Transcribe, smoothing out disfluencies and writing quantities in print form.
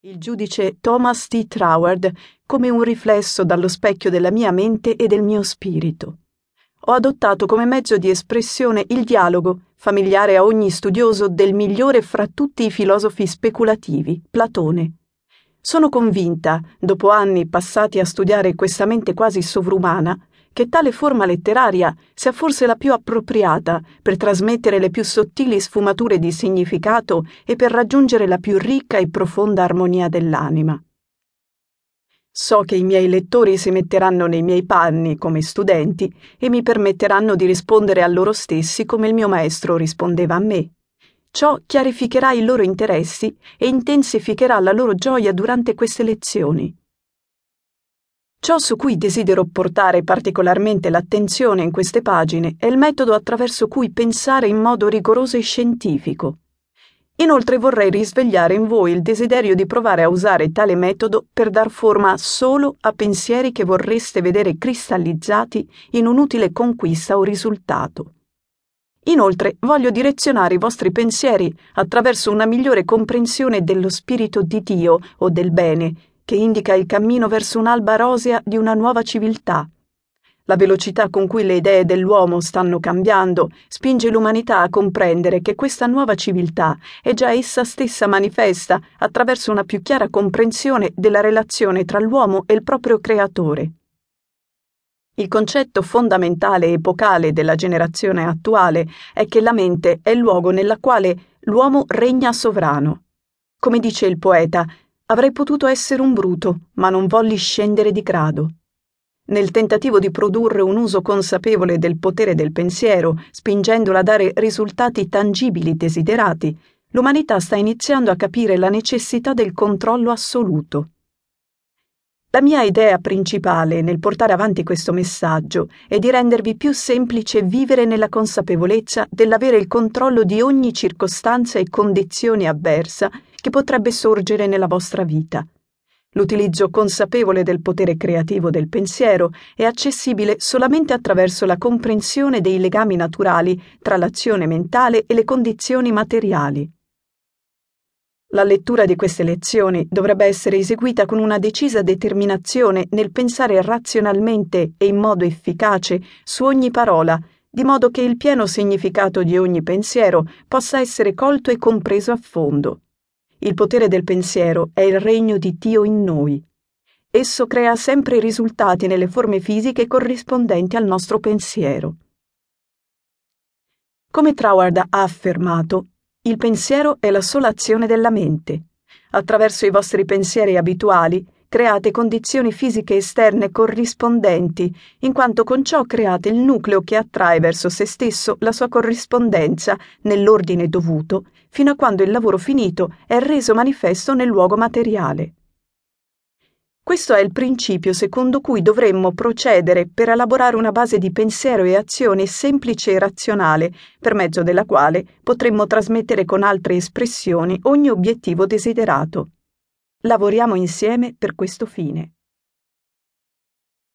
il giudice Thomas T. Troward come un riflesso dallo specchio della mia mente e del mio spirito. Ho adottato come mezzo di espressione il dialogo, familiare a ogni studioso del migliore fra tutti i filosofi speculativi, Platone. Sono convinta, dopo anni passati a studiare questa mente quasi sovrumana, che tale forma letteraria sia forse la più appropriata per trasmettere le più sottili sfumature di significato e per raggiungere la più ricca e profonda armonia dell'anima. So che i miei lettori si metteranno nei miei panni come studenti e mi permetteranno di rispondere a loro stessi come il mio maestro rispondeva a me. Ciò chiarificherà i loro interessi e intensificherà la loro gioia durante queste lezioni. Ciò su cui desidero portare particolarmente l'attenzione in queste pagine è il metodo attraverso cui pensare in modo rigoroso e scientifico. Inoltre vorrei risvegliare in voi il desiderio di provare a usare tale metodo per dar forma solo a pensieri che vorreste vedere cristallizzati in un'utile conquista o risultato. Inoltre voglio direzionare i vostri pensieri attraverso una migliore comprensione dello spirito di Dio o del bene, che indica il cammino verso un'alba rosea di una nuova civiltà. La velocità con cui le idee dell'uomo stanno cambiando spinge l'umanità a comprendere che questa nuova civiltà è già essa stessa manifesta attraverso una più chiara comprensione della relazione tra l'uomo e il proprio creatore. Il concetto fondamentale e epocale della generazione attuale è che la mente è il luogo nella quale l'uomo regna sovrano. Come dice il poeta, avrei potuto essere un bruto, ma non volli scendere di grado. Nel tentativo di produrre un uso consapevole del potere del pensiero, spingendola a dare risultati tangibili desiderati, l'umanità sta iniziando a capire la necessità del controllo assoluto. La mia idea principale nel portare avanti questo messaggio è di rendervi più semplice vivere nella consapevolezza dell'avere il controllo di ogni circostanza e condizione avversa che potrebbe sorgere nella vostra vita. L'utilizzo consapevole del potere creativo del pensiero è accessibile solamente attraverso la comprensione dei legami naturali tra l'azione mentale e le condizioni materiali. La lettura di queste lezioni dovrebbe essere eseguita con una decisa determinazione nel pensare razionalmente e in modo efficace su ogni parola, di modo che il pieno significato di ogni pensiero possa essere colto e compreso a fondo. Il potere del pensiero è il regno di Dio in noi. Esso crea sempre risultati nelle forme fisiche corrispondenti al nostro pensiero. Come Troward ha affermato, il pensiero è la sola azione della mente. Attraverso i vostri pensieri abituali create condizioni fisiche esterne corrispondenti, in quanto con ciò create il nucleo che attrae verso se stesso la sua corrispondenza nell'ordine dovuto, fino a quando il lavoro finito è reso manifesto nel luogo materiale. Questo è il principio secondo cui dovremmo procedere per elaborare una base di pensiero e azione semplice e razionale, per mezzo della quale potremmo trasmettere con altre espressioni ogni obiettivo desiderato. Lavoriamo insieme per questo fine.